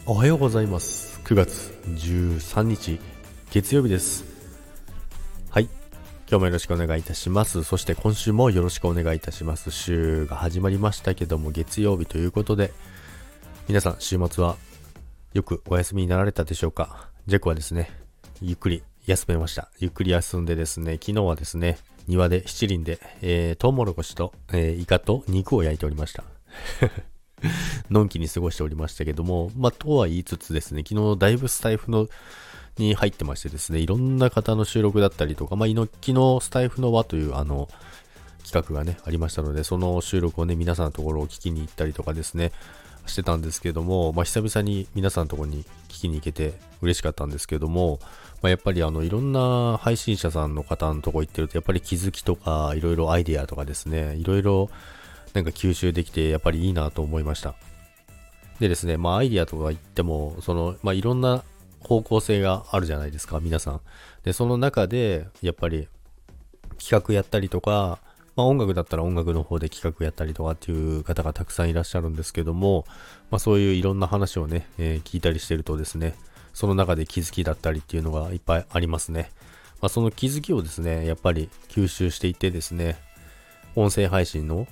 おはようございます。9月13日月曜日です。はい、今日もよろしくお願いいたします。そして今週もよろしくお願いいたします。週が始まりましたけども、月曜日ということで、皆さん週末はよくお休みになられたでしょうか。ジェクはですね、ゆっくり休めました。ゆっくり休んでですね、昨日はですね、庭で七輪で、トウモロコシと、イカと肉を焼いておりました。のんきに過ごしておりましたけども、とは言いつつですね、昨日だいぶスタイフに入ってましてですね、いろんな方の収録だったりとか、昨日スタイフの輪という企画がね、ありましたので、その収録をね、皆さんのところを聞きに行ったりとかですね、してたんですけども、久々に皆さんのところに聞きに行けて嬉しかったんですけども、やっぱりいろんな配信者さんの方のところ行ってると、やっぱり気づきとか、いろいろアイデアとかですね、いろいろなんか吸収できてやっぱりいいなと思いました。でですね、アイディアとか言っても、いろんな方向性があるじゃないですか、皆さん。で、その中で、やっぱり企画やったりとか、音楽だったら音楽の方で企画やったりとかっていう方がたくさんいらっしゃるんですけども、そういういろんな話をね、聞いたりしてるとですね、その中で気づきだったりっていうのがいっぱいありますね。その気づきをですね、やっぱり吸収していってですね、音声配信の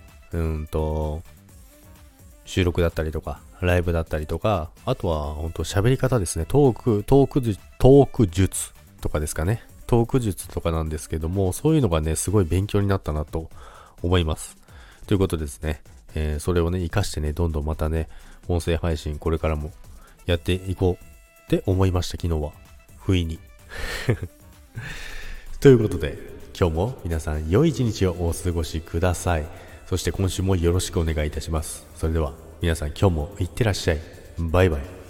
収録だったりとか、ライブだったりとか、あとは本当喋り方ですね。トーク術とかですかね。トーク術とかなんですけども、そういうのがね、すごい勉強になったなと思います。ということですね。それをね、活かしてね、どんどんまたね、音声配信これからもやっていこうって思いました、昨日は。不意に。ということで、今日も皆さん良い一日をお過ごしください。そして今週もよろしくお願いいたします。それでは皆さん今日もいってらっしゃい。バイバイ。